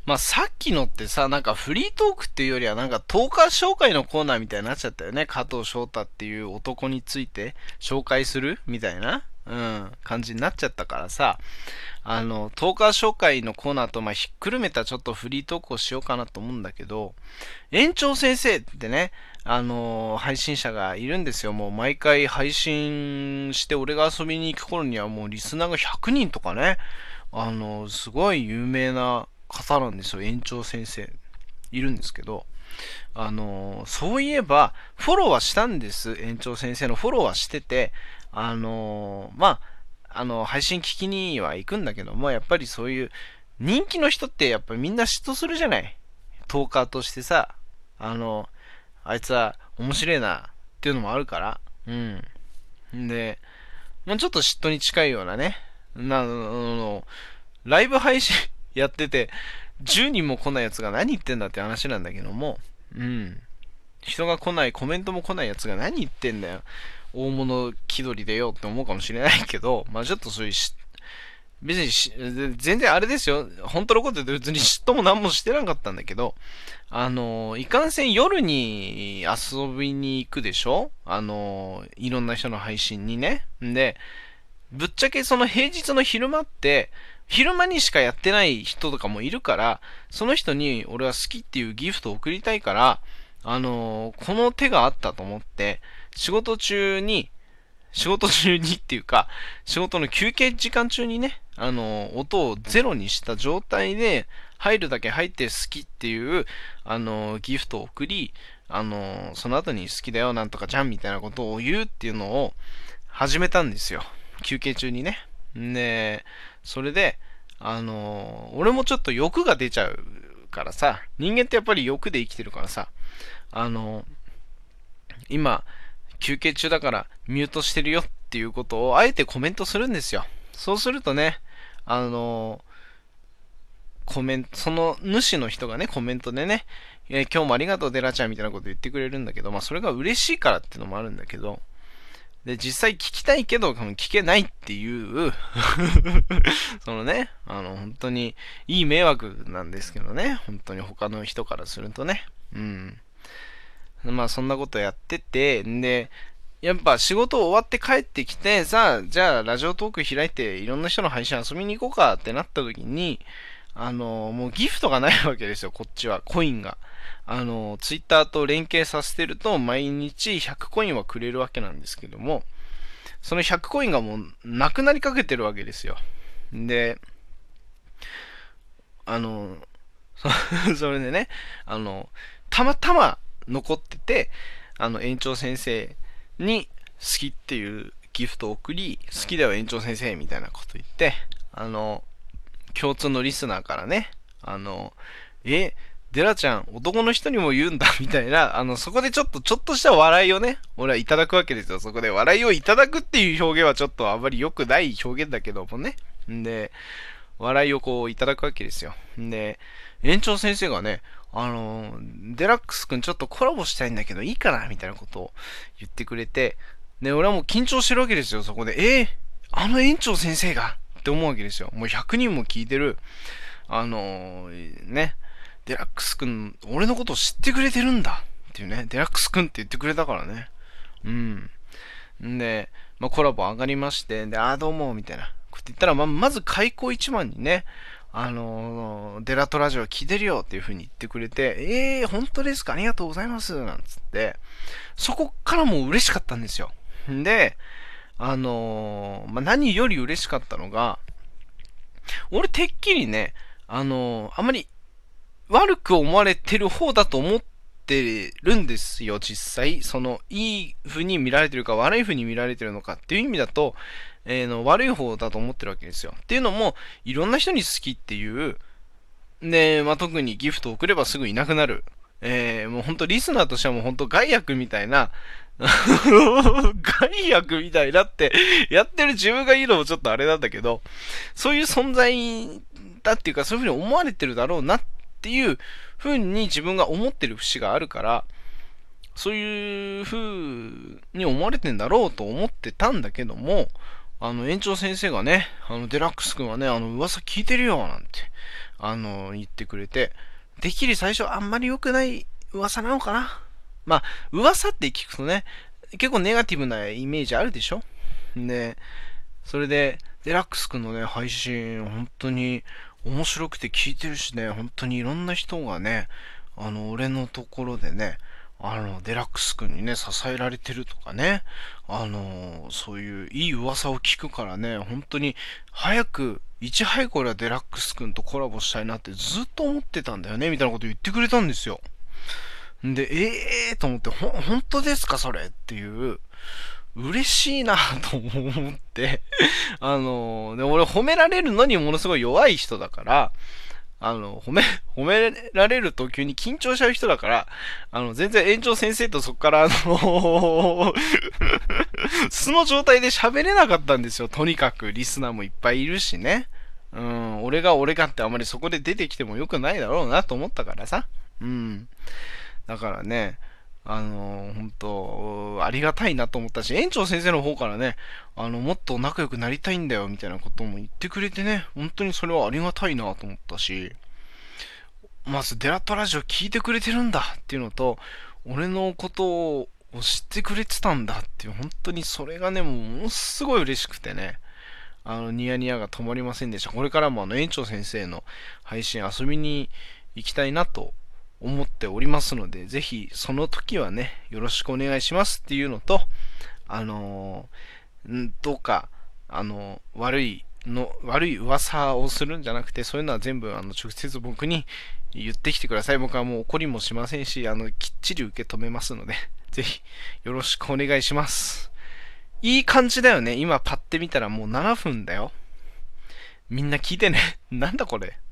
まあさっきのってさ、なんかフリートークっていうよりはなんかトーカー紹介のコーナーみたいになっちゃったよね。加藤翔太っていう男について紹介するみたいな、感じになっちゃったからさ、トーカー紹介のコーナーとひっくるめたちょっとフリートークをしようかなと思うんだけど、園長先生ってね、配信者がいるんですよ。もう毎回配信して俺が遊びに行く頃にはもうリスナーが100人とかね、すごい有名な方なんですよ。園長先生。いるんですけど、そういえば、フォローはしたんです。園長先生のフォローはしてて、配信聞きには行くんだけども、やっぱりそういう人気の人ってやっぱりみんな嫉妬するじゃない。トーカーとしてさ、あの、あいつは面白いなっていうのもあるから、うん。で、ちょっと嫉妬に近いようなね、ライブ配信やってて、10人も来ないやつが何言ってんだって話なんだけども、うん。人が来ない、コメントも来ないやつが何言ってんだよ。大物気取りでよって思うかもしれないけど、ちょっとそういう別に全然あれですよ。本当のことで別に嫉妬も何もしてなかったんだけど、いかんせん夜に遊びに行くでしょ、いろんな人の配信にね。で、ぶっちゃけその平日の昼間って、昼間にしかやってない人とかもいるから、その人に俺は好きっていうギフトを送りたいから、この手があったと思って、仕事中に、仕事中にっていうか、仕事の休憩時間中にね、音をゼロにした状態で、入るだけ入って好きっていう、ギフトを送り、その後に好きだよなんとかじゃんみたいなことを言うっていうのを始めたんですよ。休憩中にね。で、それで、俺もちょっと欲が出ちゃうからさ、人間ってやっぱり欲で生きてるからさ、あの今、休憩中だからミュートしてるよっていうことをあえてコメントするんですよ。そうするとね、あのコメント、その主の人がね、コメントでね、今日もありがとうデラちゃんみたいなこと言ってくれるんだけど、それが嬉しいからっていうのもあるんだけど、で、実際聞きたいけど、聞けないっていうそのね、本当にいい迷惑なんですけどね、本当に他の人からするとね。うん。そんなことやってて、で、やっぱ仕事終わって帰ってきて、さあ、じゃあラジオトーク開いていろんな人の配信遊びに行こうかってなった時に、もうギフトがないわけですよ、こっちは、コインが。ツイッターと連携させてると、毎日100コインはくれるわけなんですけども、その100コインがもうなくなりかけてるわけですよ。で、あの、それでね、あの、たまたま残ってて、園長先生に好きっていうギフトを送り、好きだよ園長先生みたいなこと言って、共通のリスナーからね、え、デラちゃん、男の人にも言うんだ、みたいな、そこでちょっとした笑いをね、俺はいただくわけですよ。そこで笑いをいただくっていう表現はちょっとあまり良くない表現だけどもね。んで、笑いをこういただくわけですよ。で、園長先生がね、デラックスくんちょっとコラボしたいんだけどいいかなみたいなことを言ってくれて、で、俺はもう緊張してるわけですよ、そこで。あの園長先生がって思うわけですよ。もう100人も聞いてる、ね、デラックスくん、俺のことを知ってくれてるんだっていうね、デラックスくんって言ってくれたからね。うん。んで、コラボ上がりまして、で、どうも、みたいなこと言ったら、まず開口一番にね、デラトラジオ聞いてるよっていう風に言ってくれて、本当ですかありがとうございますなんつって、そこからもう嬉しかったんですよ。で、何より嬉しかったのが、俺てっきりね、あまり悪く思われてる方だと思ってるんですよ、実際。いい風に見られてるか悪い風に見られてるのかっていう意味だと、悪い方だと思ってるわけですよ。っていうのも、いろんな人に好きっていう、で、特にギフトを送ればすぐいなくなる。もう本当リスナーとしてはもう本当害悪みたいな、害悪みたいなって、やってる自分が言うのもちょっとあれなんだけど、そういう存在だっていうか、そういう風に思われてるだろうなっていう風に自分が思ってる節があるから、そういう風に思われてんだろうと思ってたんだけども、園長先生がね、デラックス君はね、噂聞いてるよ、なんて、 言ってくれて、てっきり最初あんまり良くない噂なのかな。まあ、噂って聞くとね、結構ネガティブなイメージあるでしょ。で、それで、デラックスくんのね、配信、本当に面白くて聞いてるしね、本当にいろんな人がね、俺のところでね、デラックスくんにね、支えられてるとかね、そういういい噂を聞くからね、本当にいち早く俺はデラックスくんとコラボしたいなってずっと思ってたんだよね、みたいなこと言ってくれたんですよ。で、と思って、本当ですかそれっていう、嬉しいなと思ってで、俺褒められるのにものすごい弱い人だから、褒められると急に緊張しちゃう人だから、全然園長先生とそこから素の状態で喋れなかったんですよ。とにかく、リスナーもいっぱいいるしね。俺がってあまりそこで出てきてもよくないだろうなと思ったからさ。だからね、本当ありがたいなと思ったし、園長先生の方からね、もっと仲良くなりたいんだよ、みたいなことも言ってくれてね、本当にそれはありがたいなと思ったし、まずデラットラジオ聞いてくれてるんだっていうのと、俺のことを知ってくれてたんだっていう、本当にそれがね、ものすごい嬉しくてね、ニヤニヤが止まりませんでした。これからも園長先生の配信遊びに行きたいなと思っておりますので、ぜひその時はね、よろしくお願いしますっていうのと、どうか、悪い噂をするんじゃなくて、そういうのは全部、直接僕に言ってきてください。僕はもう怒りもしませんし、きっちり受け止めますので、ぜひ、よろしくお願いします。いい感じだよね。今パッて見たらもう7分だよ。みんな聞いてね。なんだこれ。